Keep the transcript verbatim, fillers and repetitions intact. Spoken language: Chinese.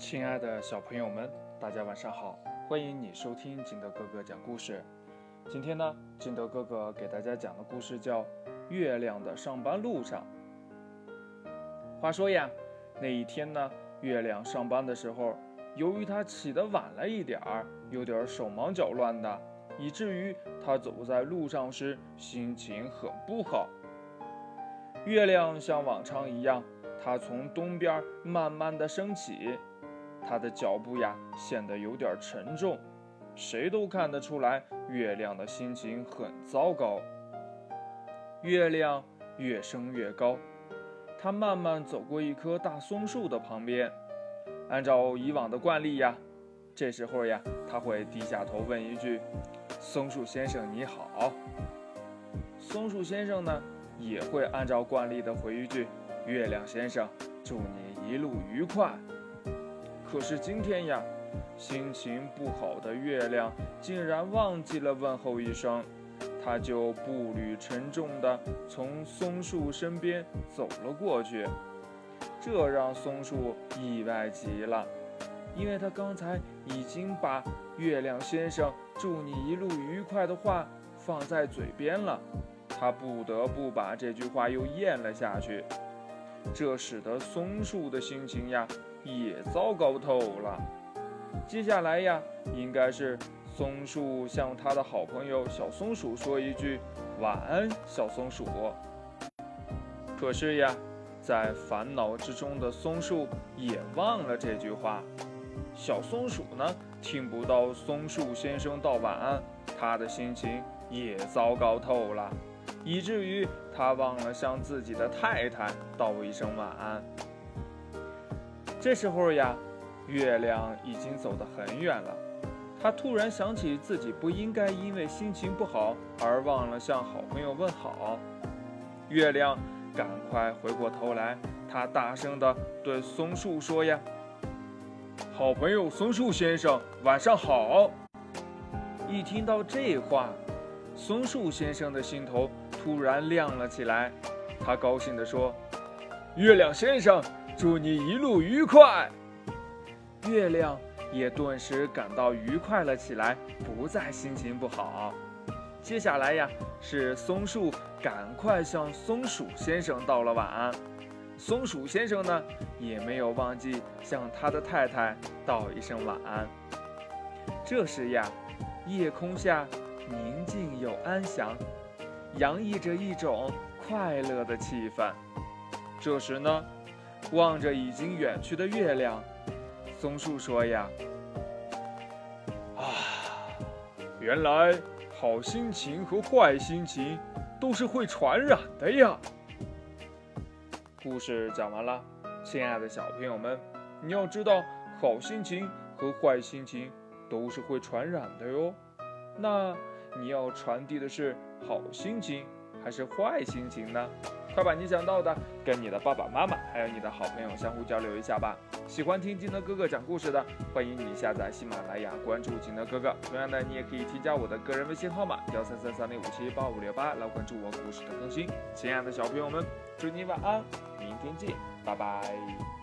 亲爱的小朋友们，大家晚上好！欢迎你收听金德哥哥讲故事。今天呢，金德哥哥给大家讲的故事叫《月亮的上班路上》。话说呀，那一天呢，月亮上班的时候，由于他起得晚了一点儿，有点手忙脚乱的，以至于他走在路上时心情很不好。月亮像往常一样，它从东边慢慢地升起。他的脚步呀显得有点沉重，谁都看得出来月亮的心情很糟糕。月亮越升越高，他慢慢走过一棵大松树的旁边。按照以往的惯例呀，这时候呀他会低下头问一句：松树先生你好。松树先生呢也会按照惯例的回一句：月亮先生祝你一路愉快。可是今天呀，心情不好的月亮竟然忘记了问候一声，他就步履沉重地从松树身边走了过去。这让松树意外极了，因为他刚才已经把月亮先生祝你一路愉快的话放在嘴边了，他不得不把这句话又咽了下去。这使得松树的心情呀也糟糕透了。接下来呀，应该是松树向他的好朋友小松鼠说一句晚安，小松鼠。可是呀，在烦恼之中的松树也忘了这句话。小松鼠呢，听不到松树先生道晚安，他的心情也糟糕透了，以至于他忘了向自己的太太道一声晚安。这时候呀，月亮已经走得很远了，他突然想起自己不应该因为心情不好而忘了向好朋友问好。月亮赶快回过头来，他大声地对松树说呀：好朋友松树先生晚上好。一听到这话，松树先生的心头突然亮了起来，他高兴地说：月亮先生祝你一路愉快。月亮也顿时感到愉快了起来，不再心情不好。接下来呀，是松树赶快向松鼠先生道了晚安。松鼠先生呢，也没有忘记向他的太太道一声晚安。这时呀，夜空下宁静又安详，洋溢着一种快乐的气氛。这时呢，望着已经远去的月亮，松树说呀：啊，原来好心情和坏心情都是会传染的呀。故事讲完了，亲爱的小朋友们，你要知道，好心情和坏心情都是会传染的哟。那你要传递的是好心情还是坏心情呢？快把你想到的跟你的爸爸妈妈还有你的好朋友相互交流一下吧。喜欢听金德哥哥讲故事的，欢迎你下载喜马拉雅，关注金德哥哥。同样的，你也可以添加我的个人微信号码幺三三三零五七八五六八来关注我故事的更新。亲爱的小朋友们，祝你晚安，明天见，拜拜。